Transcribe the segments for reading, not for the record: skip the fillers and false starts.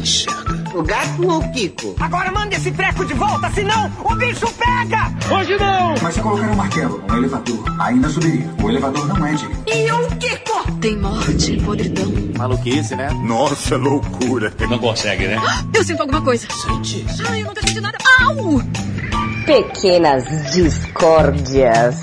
enxerga. O gato ou o Kiko? Agora manda esse treco de volta, senão o bicho pega! Hoje não! Mas se colocar um martelo, um elevador, ainda subiria. O elevador não é digno. E o Kiko? Tem morte e podridão. Maluquice, né? Nossa, loucura. Não consegue, né? Eu sinto alguma coisa. Sente. Ai, eu nunca senti nada. Au! Pequenas discórdias.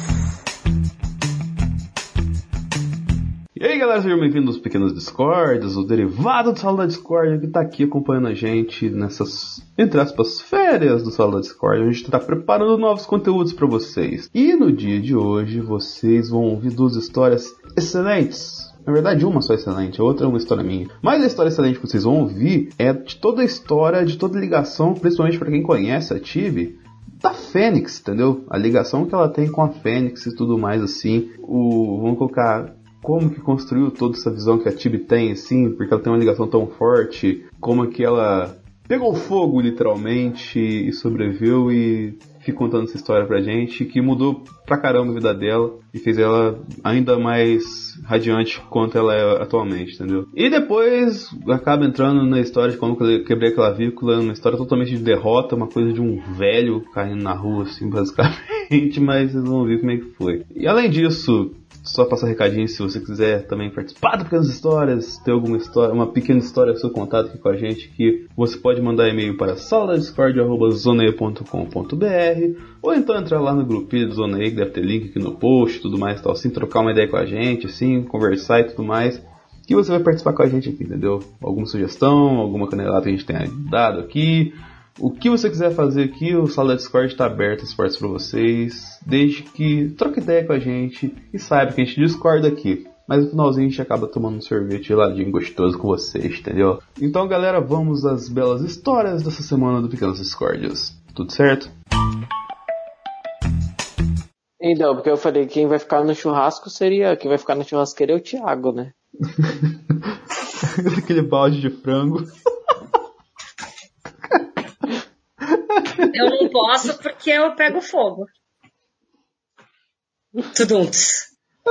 E aí galera, sejam bem-vindos aos Pequenas Discordas, o derivado do Sala da Discord que tá aqui acompanhando a gente nessas, entre aspas, férias do Sala da Discord. A gente tá preparando novos conteúdos pra vocês. E no dia de hoje vocês vão ouvir duas histórias excelentes. Na verdade, uma só excelente, a outra é uma história minha. Mas a história excelente que vocês vão ouvir é de toda a história, de toda a ligação, principalmente pra quem conhece a Tibi, da Fênix, entendeu? A ligação que ela tem com a Fênix e tudo mais assim. Vamos colocar como que construiu toda essa visão que a Tibi tem, assim, porque ela tem uma ligação tão forte, como que ela pegou fogo, literalmente, e sobreviveu e fica contando essa história pra gente, que mudou pra caramba a vida dela e fez ela ainda mais radiante quanto ela é atualmente, entendeu? E depois acaba entrando na história de como eu quebrei a clavícula, uma história totalmente de derrota, uma coisa de um velho caindo na rua, assim, basicamente, mas vocês vão ver como é que foi. E além disso, só passar recadinho se você quiser também participar do Pequenas Histórias, ter alguma história, uma pequena história a seu contato aqui com a gente, que você pode mandar e-mail para saladadiscord@zoneia.com.br ou então entrar lá no grupinho do Zoneia, que deve ter link aqui no post e tudo mais, tal, assim, trocar uma ideia com a gente, assim, conversar e tudo mais, que você vai participar com a gente aqui, entendeu? Alguma sugestão, alguma canelada que a gente tenha dado aqui. O que você quiser fazer aqui, o Sala da Discord está aberto, as portas para vocês, desde que troque ideia com a gente e saiba que a gente discorda aqui. Mas no finalzinho a gente acaba tomando um sorvete geladinho gostoso com vocês, entendeu? Então galera, vamos às belas histórias dessa semana do Pequenas Discordias. Tudo certo? Então, porque eu falei que quem vai ficar no churrasco seria... Quem vai ficar na churrasqueira é o Thiago, né? Aquele balde de frango. Eu não posso porque eu pego fogo. Tuduns.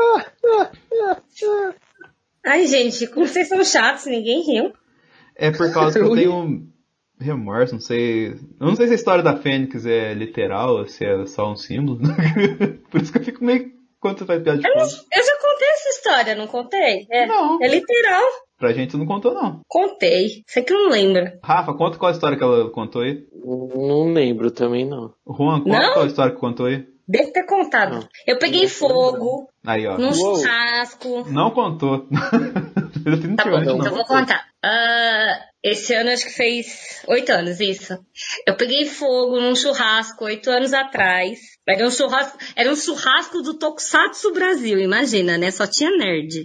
Ai, gente, como vocês são chatos, ninguém riu. É por causa que eu tenho remorso, não sei. Eu não sei se a história da Fênix é literal ou se é só um símbolo. Por isso que eu fico meio... Quando você faz piada de fogo. Eu já contei essa história, não contei? Não. É literal. Pra gente não contou, não. Contei. Você que não lembra. Rafa, conta qual a história que ela contou aí. Não lembro também, não. Juan, conta qual a história que contou aí. Deve ter contado. Não. Eu peguei fogo aí, ó, num churrasco. Não contou. Tá bom, então eu vou contar. Esse ano acho que fez 8 anos, isso. Eu peguei fogo num churrasco 8 anos atrás. Era um churrasco do Tokusatsu Brasil, imagina, né? Só tinha nerd.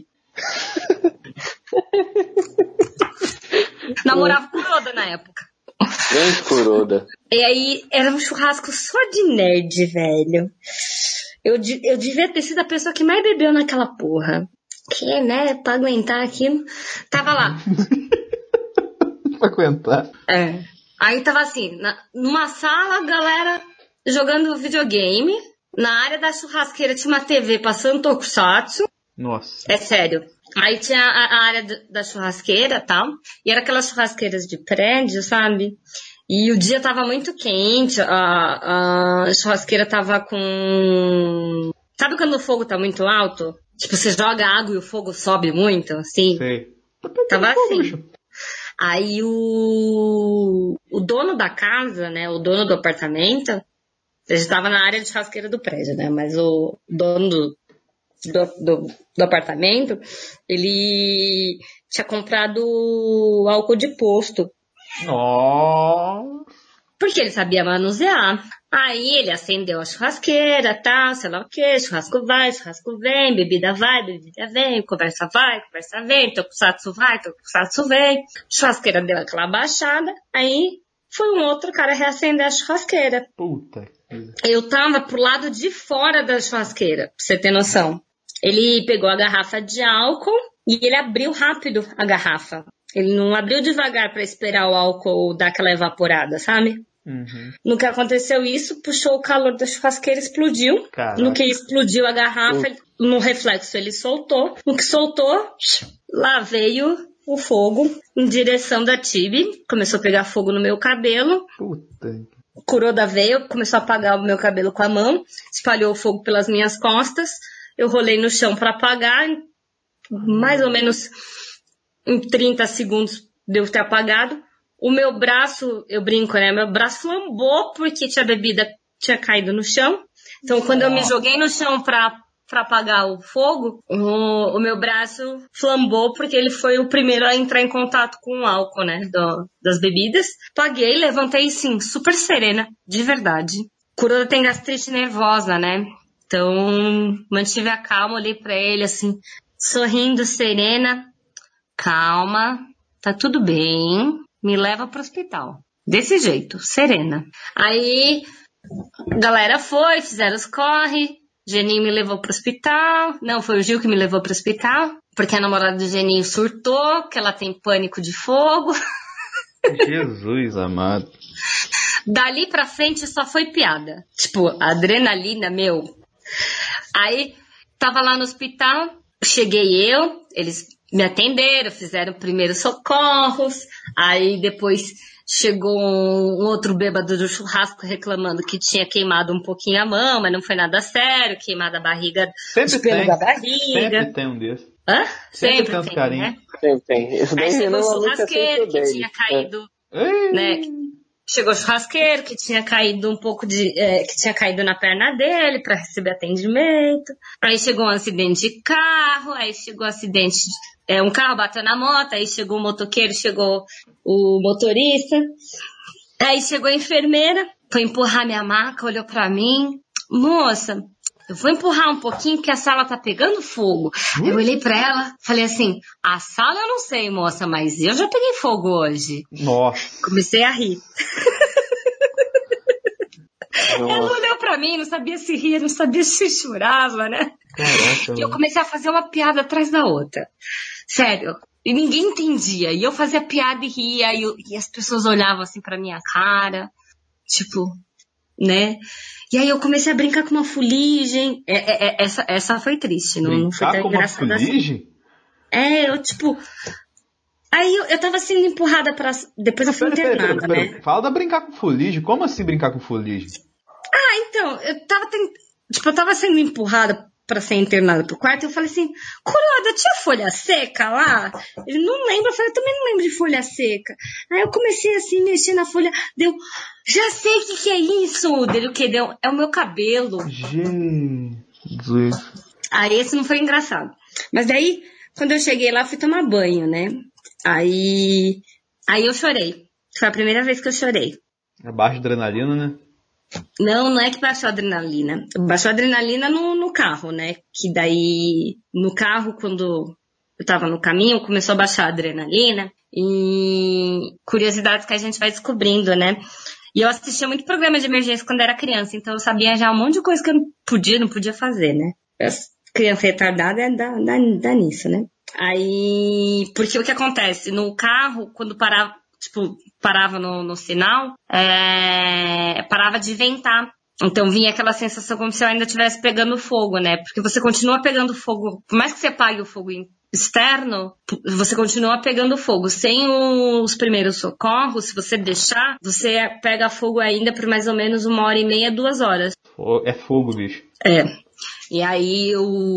Namorava com o Kuroda na época. Grande Kuroda. E aí, era um churrasco só de nerd, velho. Eu devia ter sido a pessoa que mais bebeu naquela porra. Que, né, pra aguentar aquilo. Tava lá. Pra aguentar. É. Aí tava assim, numa sala, a galera jogando videogame. Na área da churrasqueira tinha uma TV passando Tokusatsu. Nossa. É sério. Aí tinha a área da churrasqueira e tal. E era aquelas churrasqueiras de prédio, sabe? E o dia tava muito quente. A churrasqueira tava com... Sabe quando o fogo tá muito alto? Tipo, você joga água e o fogo sobe muito, assim? Sei. Tava assim. Aí o dono da casa, né? O dono do apartamento... A gente tava na área de churrasqueira do prédio, né? Mas o dono do apartamento, ele tinha comprado álcool de posto. Oh. Porque ele sabia manusear. Aí ele acendeu a churrasqueira, tá, sei lá o que, churrasco vai, churrasco vem, bebida vai, bebida vem, conversa vai, conversa vem, tokusatsu vai, tokusatsu vem. Churrasqueira deu aquela baixada, aí foi um outro cara reacender a churrasqueira. Puta. Eu tava pro lado de fora da churrasqueira, pra você ter noção. Ele pegou a garrafa de álcool e ele abriu rápido a garrafa. Ele não abriu devagar pra esperar o álcool dar aquela evaporada, sabe? Uhum. No que aconteceu isso, puxou o calor da churrasqueira, explodiu. Caraca. No que explodiu a garrafa, no reflexo ele soltou. No que soltou, lá veio o fogo em direção da Tibi. Começou a pegar fogo no meu cabelo. Puta. Kuroda veio, começou a apagar o meu cabelo com a mão. Espalhou o fogo pelas minhas costas. Eu rolei no chão para apagar. Mais ou menos em 30 segundos devo ter apagado. O meu braço, eu brinco, né? Meu braço flambou porque tinha bebida, tinha caído no chão. Então, quando eu me joguei no chão para apagar o fogo, o meu braço flambou porque ele foi o primeiro a entrar em contato com o álcool, né? Das bebidas. Paguei, levantei, sim, super serena, de verdade. Kuroda tem gastrite nervosa, né? Então, mantive a calma, olhei pra ele assim, sorrindo, serena. Calma, tá tudo bem, me leva pro hospital. Desse jeito, serena. Aí, a galera foi, fizeram os corre, Geninho me levou pro hospital. Não, foi o Gil que me levou pro hospital, porque a namorada do Geninho surtou, que ela tem pânico de fogo. Jesus amado. Dali pra frente só foi piada. Tipo, adrenalina, meu. Aí, tava lá no hospital, cheguei eu, eles me atenderam, fizeram primeiros socorros, aí depois chegou um outro bêbado do churrasco reclamando que tinha queimado um pouquinho a mão, mas não foi nada sério, queimado a barriga, Sempre os pelos tem. da barriga. Sempre tem um desses. Hã? Sempre tem uns tem, carinha. né? Sempre tem. Isso daí Aí chegou o normalmente é sempre churrasqueiro que dele. tinha caído, Ei. né? Chegou o churrasqueiro que tinha caído um pouco que tinha caído na perna dele para receber atendimento. Aí chegou um acidente de carro, aí chegou um acidente, um carro bateu na moto, aí chegou o motoqueiro, chegou o motorista. Aí chegou a enfermeira, foi empurrar minha maca, olhou pra mim. Moça, eu vou empurrar um pouquinho porque a sala tá pegando fogo. Aí eu olhei pra ela, falei assim, a sala eu não sei, moça, mas eu já peguei fogo hoje. Nossa. Comecei a rir. Nossa. Ela olhou pra mim, não sabia se ria, não sabia se chorava, né? Caraca. E eu comecei a fazer uma piada atrás da outra. Sério. E ninguém entendia. E eu fazia piada e ria. E as pessoas olhavam assim pra minha cara. Tipo, né? E aí eu comecei a brincar com uma fuligem. Essa foi triste. Não foi Brincar tão com uma engraçada assim. fuligem? Eu tipo... Aí eu tava sendo empurrada pra... Depois eu fui internada, né? Fala da brincar com fuligem. Como assim brincar com fuligem? Então, eu tava sendo empurrada pra ser internada pro quarto, e eu falei assim, Kuroda, tinha folha seca lá? Ele não lembra, eu falei, eu também não lembro de folha seca. Aí eu comecei assim, mexer na folha, deu, já sei o que é isso. Dele, o que deu? É o meu cabelo. Jesus. Aí esse não foi engraçado. Mas daí, quando eu cheguei lá, fui tomar banho, né? Aí eu chorei. Foi a primeira vez que eu chorei. Abaixo de adrenalina, né? Não é que baixou a adrenalina. Baixou a adrenalina no carro, né? Que daí, no carro, quando eu tava no caminho, começou a baixar a adrenalina. E curiosidades que a gente vai descobrindo, né? E eu assistia muito programa de emergência quando era criança, então eu sabia já um monte de coisa que eu não podia fazer, né? Criança retardada dá nisso, né? Aí, porque o que acontece? No carro, quando parava no sinal, parava de ventar. Então vinha aquela sensação como se eu ainda estivesse pegando fogo, né? Porque você continua pegando fogo, por mais que você apague o fogo externo, você continua pegando fogo. Sem os primeiros socorros, se você deixar, você pega fogo ainda por mais ou menos 1h30, 2 horas. É fogo, bicho. E aí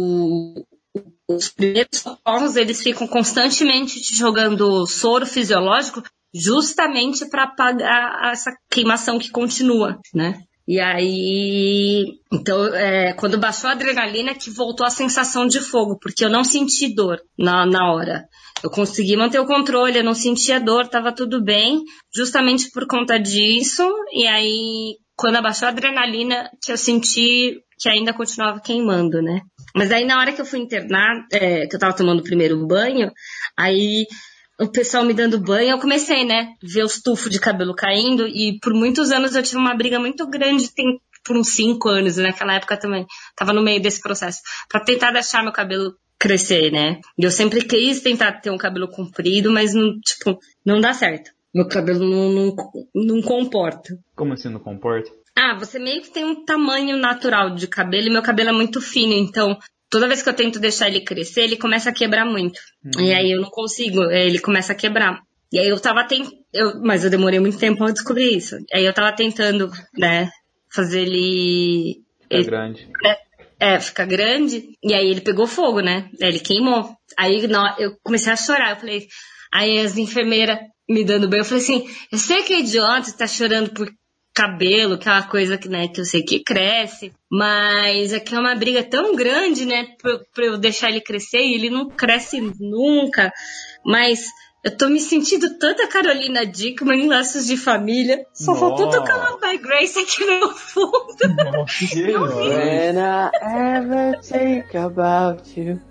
os primeiros socorros, eles ficam constantemente te jogando soro fisiológico justamente para apagar essa queimação que continua, né? E aí, então, quando baixou a adrenalina que voltou a sensação de fogo, porque eu não senti dor na hora. Eu consegui manter o controle, eu não sentia dor, tava tudo bem, justamente por conta disso. E aí, quando abaixou a adrenalina, que eu senti que ainda continuava queimando, né? Mas aí, na hora que eu fui internar, que eu tava tomando o primeiro banho, aí o pessoal me dando banho, eu comecei, né, ver os tufos de cabelo caindo, e por muitos anos eu tive uma briga muito grande, por uns 5 anos, e naquela época também, tava no meio desse processo, pra tentar deixar meu cabelo crescer, né, e eu sempre quis tentar ter um cabelo comprido, mas não dá certo, meu cabelo não comporta. Como assim não comporta? Você meio que tem um tamanho natural de cabelo, e meu cabelo é muito fino, então toda vez que eu tento deixar ele crescer, ele começa a quebrar muito. E aí eu não consigo, ele começa a quebrar. E aí eu tava mas eu demorei muito tempo pra descobrir isso. Aí eu tava tentando, né, fazer ele... É grande. Ficar grande. E aí ele pegou fogo, né? Aí ele queimou. Aí eu comecei a chorar. Eu falei... Aí as enfermeiras me dando bem, eu falei assim, eu sei que é idiota, você tá chorando por cabelo, aquela coisa que, né, que eu sei que cresce, mas aqui é uma briga tão grande, né, pra eu deixar ele crescer, e ele não cresce nunca, mas eu tô me sentindo tanta Carolina Dickman em Laços de Família, só faltou tocar Love by Grace aqui no meu fundo. When I ever think about you.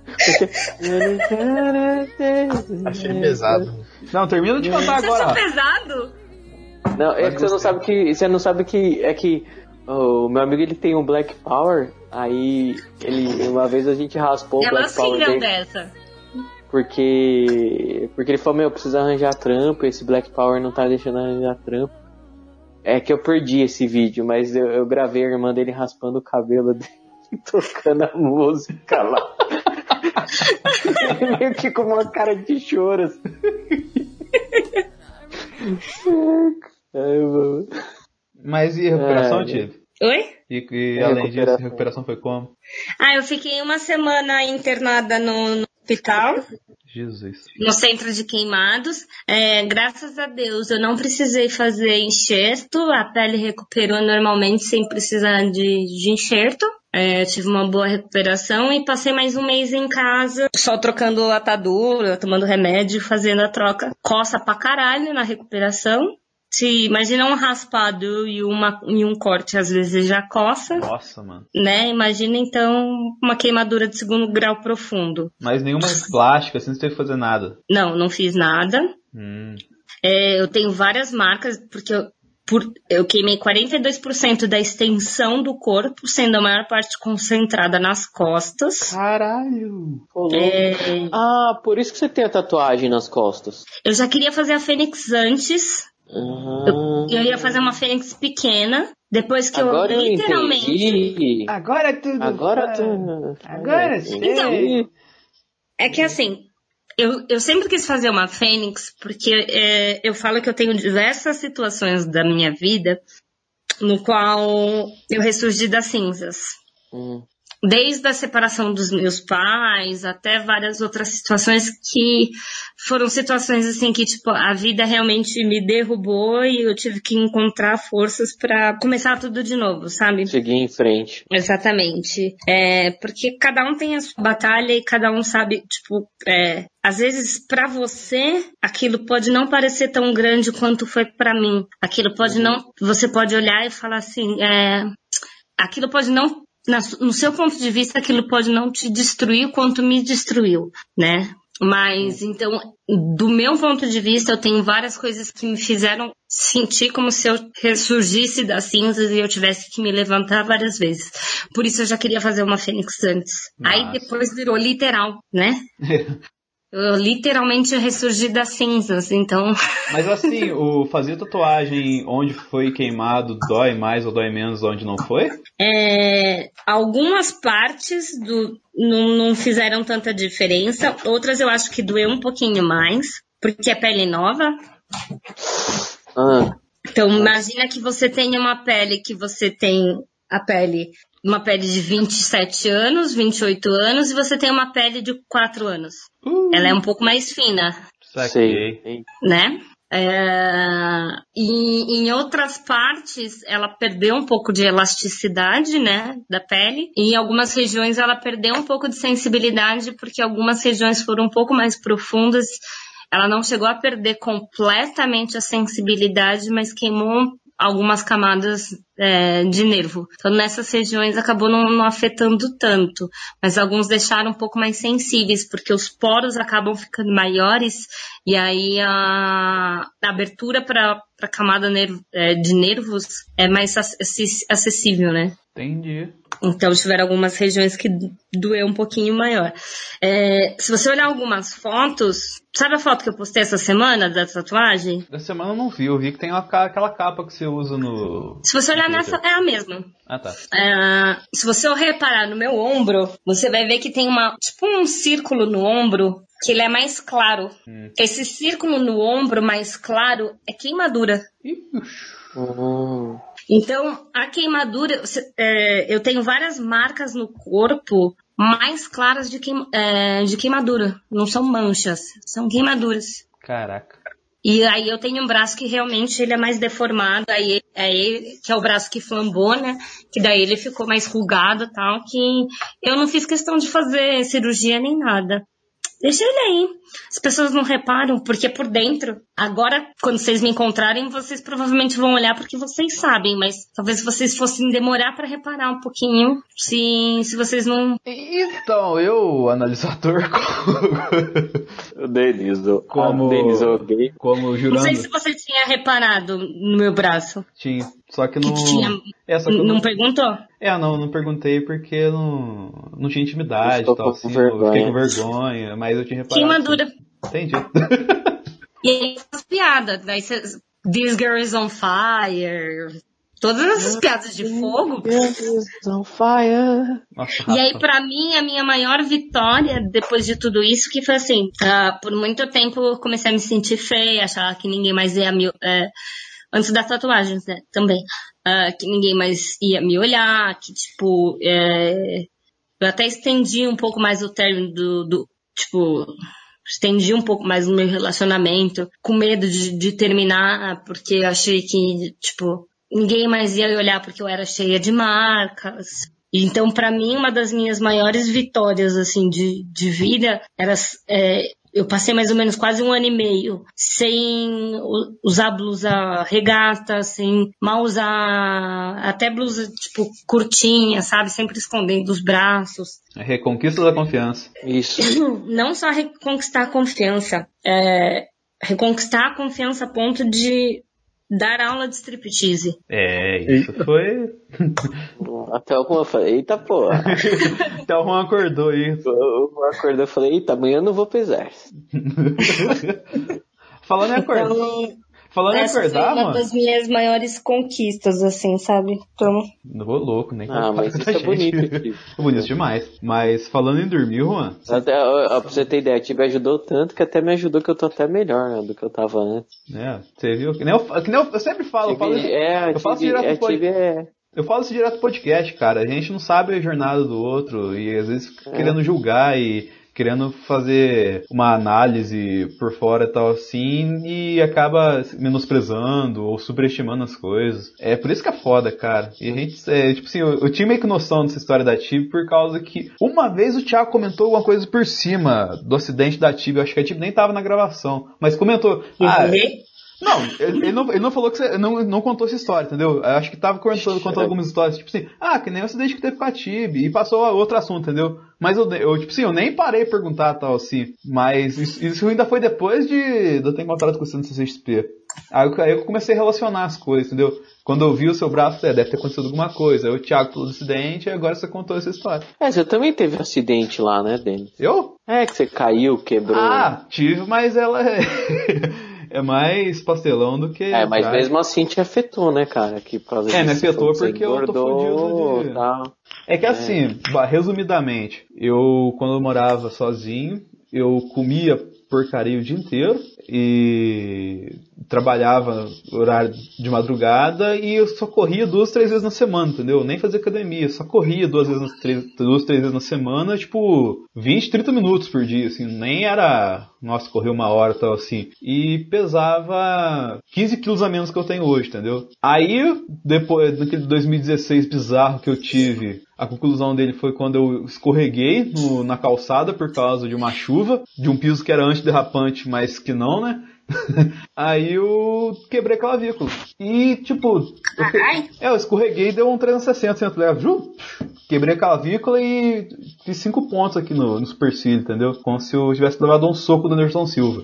Achei pesado. Não, termina de cantar agora. Você achou pesado? Não, é que você não sabe que é que o meu amigo ele tem um Black Power, aí uma vez a gente raspou o Black Power dele. Dessa. Porque ele falou, eu preciso arranjar trampo, esse Black Power não tá deixando arranjar trampo. É que eu perdi esse vídeo, mas eu gravei a irmã dele raspando o cabelo dele e tocando a música lá. Meio que com uma cara de choro assim. Mas e a recuperação, Tive? Oi? E além disso, a recuperação foi como? Eu fiquei uma semana internada no hospital. Jesus. No centro de queimados. Graças a Deus, eu não precisei fazer enxerto. A pele recuperou normalmente sem precisar de enxerto. Eu tive uma boa recuperação e passei mais um mês em casa, só trocando atadura, tomando remédio, fazendo a troca. Coça pra caralho na recuperação. Se imagina um raspado e um corte, às vezes já coça. Nossa, mano. Né? Imagina, então, uma queimadura de 2º grau profundo. Mas nenhuma plástica, assim, não teve que fazer nada? Não fiz nada. Eu tenho várias marcas, porque eu queimei 42% da extensão do corpo, sendo a maior parte concentrada nas costas. Caralho! Por isso que você tem a tatuagem nas costas. Eu já queria fazer a Fênix antes. Eu ia fazer uma Fênix pequena. Depois que agora eu literalmente... entendi. Agora tudo. Agora sim. Então, é que assim, eu sempre quis fazer uma Fênix porque eu falo que eu tenho diversas situações da minha vida no qual eu ressurgi das cinzas. Desde a separação dos meus pais até várias outras situações que foram situações assim que, tipo, a vida realmente me derrubou e eu tive que encontrar forças pra começar tudo de novo, sabe? Seguir em frente. Exatamente. Porque cada um tem a sua batalha e cada um sabe, tipo, às vezes pra você aquilo pode não parecer tão grande quanto foi pra mim. Aquilo pode não, você pode olhar e falar assim, aquilo pode não, no seu ponto de vista, aquilo pode não te destruir quanto me destruiu, né? Mas, então, do meu ponto de vista, eu tenho várias coisas que me fizeram sentir como se eu ressurgisse das cinzas e eu tivesse que me levantar várias vezes. Por isso eu já queria fazer uma Fênix antes. Nossa. Aí depois virou literal, né? Eu literalmente ressurgi das cinzas, então... Mas assim, fazer tatuagem onde foi queimado dói mais ou dói menos onde não foi? Algumas partes não fizeram tanta diferença, outras eu acho que doeu um pouquinho mais, porque é pele nova. Então imagina que você tem uma pele uma pele de 27 anos, 28 anos, e você tem uma pele de 4 anos. Ela é um pouco mais fina. Saquei. Né? E em outras partes, ela perdeu um pouco de elasticidade, né, da pele. E em algumas regiões, ela perdeu um pouco de sensibilidade, porque algumas regiões foram um pouco mais profundas. Ela não chegou a perder completamente a sensibilidade, mas queimou algumas camadas de nervo. Então, nessas regiões acabou não afetando tanto, mas alguns deixaram um pouco mais sensíveis, porque os poros acabam ficando maiores e aí a abertura para a camada de nervos é mais acessível, né? Entendi. Então tiveram algumas regiões que doeu um pouquinho maior. Se você olhar algumas fotos, sabe a foto que eu postei essa semana da tatuagem? Essa semana eu não vi, eu vi que tem aquela capa que você usa no... Se você olhar nessa, é a mesma. Ah, tá. Se você reparar no meu ombro, você vai ver que tem um círculo no ombro que ele é mais claro. Esse círculo no ombro mais claro é queimadura. Então, a queimadura... eu tenho várias marcas no corpo mais claras de queimadura. Não são manchas, são queimaduras. Caraca. E aí eu tenho um braço que realmente ele é mais deformado, aí que é o braço que flambou, né? Que daí ele ficou mais rugado e tal, que eu não fiz questão de fazer cirurgia nem nada. Deixa ele aí. As pessoas não reparam, porque é por dentro. Agora, quando vocês me encontrarem, vocês provavelmente vão olhar porque vocês sabem, mas talvez vocês fossem demorar pra reparar um pouquinho, se vocês não... Então, eu, analisador, O Denis, gay. como jurando... Não sei se você tinha reparado no meu braço. Tinha, só que não... Não perguntou? Não perguntei porque não tinha intimidade e tal, assim, eu fiquei com vergonha, mas eu tinha reparado. Queimadura. Entendi. E aí as piadas, daí This Girl is on Fire, todas essas piadas de fogo. This girl is on fire. Nossa, e aí pra mim, a minha maior vitória, depois de tudo isso, que foi assim, por muito tempo eu comecei a me sentir feia, achar que ninguém mais ia me... antes das tatuagens, né, também, que ninguém mais ia me olhar, que tipo, eu até estendi um pouco mais o término estendi um pouco mais o meu relacionamento, com medo de terminar, porque eu achei que, tipo, ninguém mais ia olhar porque eu era cheia de marcas. Então, pra mim, uma das minhas maiores vitórias, assim, de vida era... eu passei mais ou menos quase 1 ano e meio sem usar blusa regata, sem mal usar até blusa, tipo, curtinha, sabe? Sempre escondendo os braços. Reconquista da confiança. Isso. Não só reconquistar a confiança, reconquistar a confiança a ponto de dar aula de striptease. Isso foi... Até o Juan falei, eita porra. Até o Juan acordou aí. O Juan acordou e falei, eita, amanhã eu não vou pro exército. Falando em acordar, foi uma das minhas maiores conquistas, assim, sabe? Então... Não vou louco, nem mas isso é bonito, tipo. Bonito demais. Mas falando em dormir, Juan... Pra você ter ideia, a Tibi ajudou tanto que até me ajudou que eu tô até melhor, né, do que eu tava antes. Você viu? Que nem eu sempre falo. Eu falo isso direto no podcast, cara. A gente não sabe a jornada do outro e às vezes fica querendo julgar e querendo fazer uma análise por fora e tal assim e acaba menosprezando ou superestimando as coisas. É por isso que é foda, cara. E a gente, tipo assim, eu tinha meio que noção dessa história da Tibi por causa que uma vez o Thiago comentou alguma coisa por cima do acidente da Tibi. Eu acho que a Tibi nem tava na gravação, mas comentou... Não, ele não falou que você não contou essa história, entendeu? Eu acho que tava contando algumas histórias, tipo assim, que nem o acidente que teve com a Tibi, e passou a outro assunto, entendeu? Mas eu tipo assim, eu nem parei de perguntar tal, assim, mas isso ainda foi depois de eu ter encontrado com você no CCXP. Aí eu comecei a relacionar as coisas, entendeu? Quando eu vi o seu braço, deve ter acontecido alguma coisa. Aí o Thiago falou do acidente e agora você contou essa história. Você também teve um acidente lá, né, Denis? Eu? Que você caiu, quebrou. Tive, mas ela é mais pastelão do que... mas mesmo assim te afetou, né, cara? Que me afetou porque eu tô fudido de... Tal. É que assim, resumidamente, quando eu morava sozinho, eu comia porcaria o dia inteiro e trabalhava horário de madrugada e eu só corria 2, 3 vezes na semana, entendeu? Nem fazia academia, só corria 2, 3 vezes na semana, tipo 20, 30 minutos por dia, assim, nem era, nossa, correr 1 hora e tal, assim, e pesava 15 quilos a menos que eu tenho hoje, entendeu? Aí, depois daquele 2016 bizarro que eu tive, a conclusão dele foi quando eu escorreguei na calçada por causa de uma chuva, de um piso que era antiderrapante, mas que não, né? Aí eu quebrei a clavícula. E, tipo, eu escorreguei e deu um 360 centro. Quebrei a clavícula e fiz 5 pontos aqui no supercílio, entendeu? Como se eu tivesse levado um soco do Anderson Silva.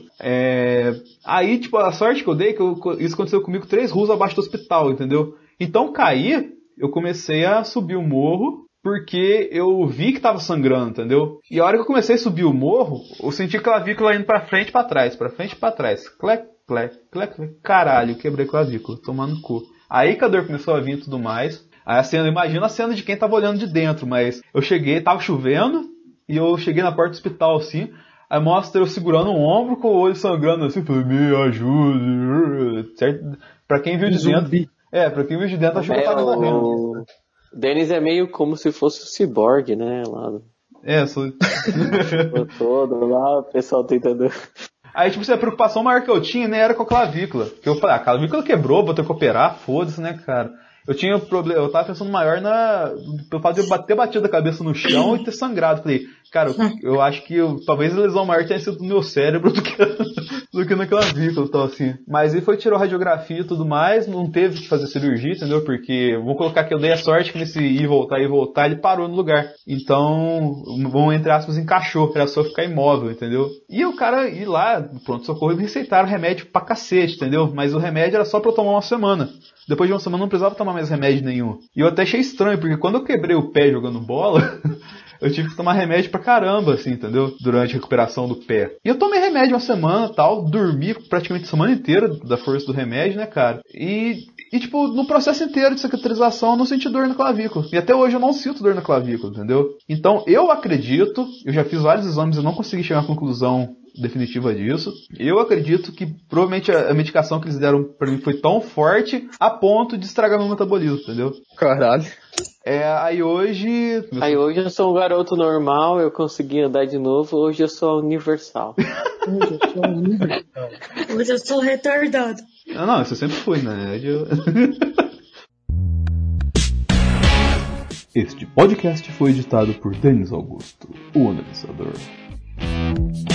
Aí, tipo, a sorte que eu dei, isso aconteceu comigo 3 ruas abaixo do hospital, entendeu? Então, caí, eu comecei a subir o morro porque eu vi que tava sangrando, entendeu? E a hora que eu comecei a subir o morro, eu senti a clavícula indo pra frente e pra trás, pra frente e pra trás. Clec, clec, clec, clec. Caralho, quebrei a clavícula, tomando cu. Aí que a dor começou a vir e tudo mais. Aí a cena, imagina a cena de quem tava olhando de dentro, mas eu cheguei, tava chovendo, e eu cheguei na porta do hospital assim, aí mostra eu segurando um ombro com o olho sangrando assim, falei, me ajuda, certo? Pra quem viu de dentro. Pra quem viu de dentro, achou que eu tava morrendo. O Dennis é meio como se fosse o Cyborg, né? Lá. Sou... todo lá, o pessoal tentando... Aí, tipo, a preocupação maior que eu tinha, né, era com a clavícula. Porque eu falei, a clavícula quebrou, vou ter que operar, foda-se, né, cara. Eu tava pensando maior pelo fato de eu ter batido a cabeça no chão e ter sangrado. Falei, cara, eu acho que talvez a lesão maior tenha sido no meu cérebro do que na clavícula, tal, assim. Mas ele tirou radiografia e tudo mais, não teve que fazer cirurgia, entendeu? Porque, vou colocar que eu dei a sorte que nesse ir e voltar, ele parou no lugar. Então, entre aspas, encaixou, era só ficar imóvel, entendeu? E o cara ir lá, pronto-socorro, e me receitaram remédio pra cacete, entendeu? Mas o remédio era só pra eu tomar uma semana. Depois de uma semana eu não precisava tomar mais remédio nenhum. E eu até achei estranho, porque quando eu quebrei o pé jogando bola, eu tive que tomar remédio pra caramba, assim, entendeu? Durante a recuperação do pé. E eu tomei remédio uma semana e tal, dormi praticamente a semana inteira da força do remédio, né, cara? E tipo, no processo inteiro de cicatrização eu não senti dor na clavícula. E até hoje eu não sinto dor na clavícula, entendeu? Então eu acredito, eu já fiz vários exames e não consegui chegar à conclusão definitiva disso. Eu acredito que provavelmente a medicação que eles deram pra mim foi tão forte a ponto de estragar meu metabolismo, entendeu? Caralho. Aí hoje eu sou um garoto normal, eu consegui andar de novo, hoje eu sou universal. Hoje eu sou retardado. Não, isso eu sempre fui, né? Este podcast foi editado por Denis Augusto, o analisador.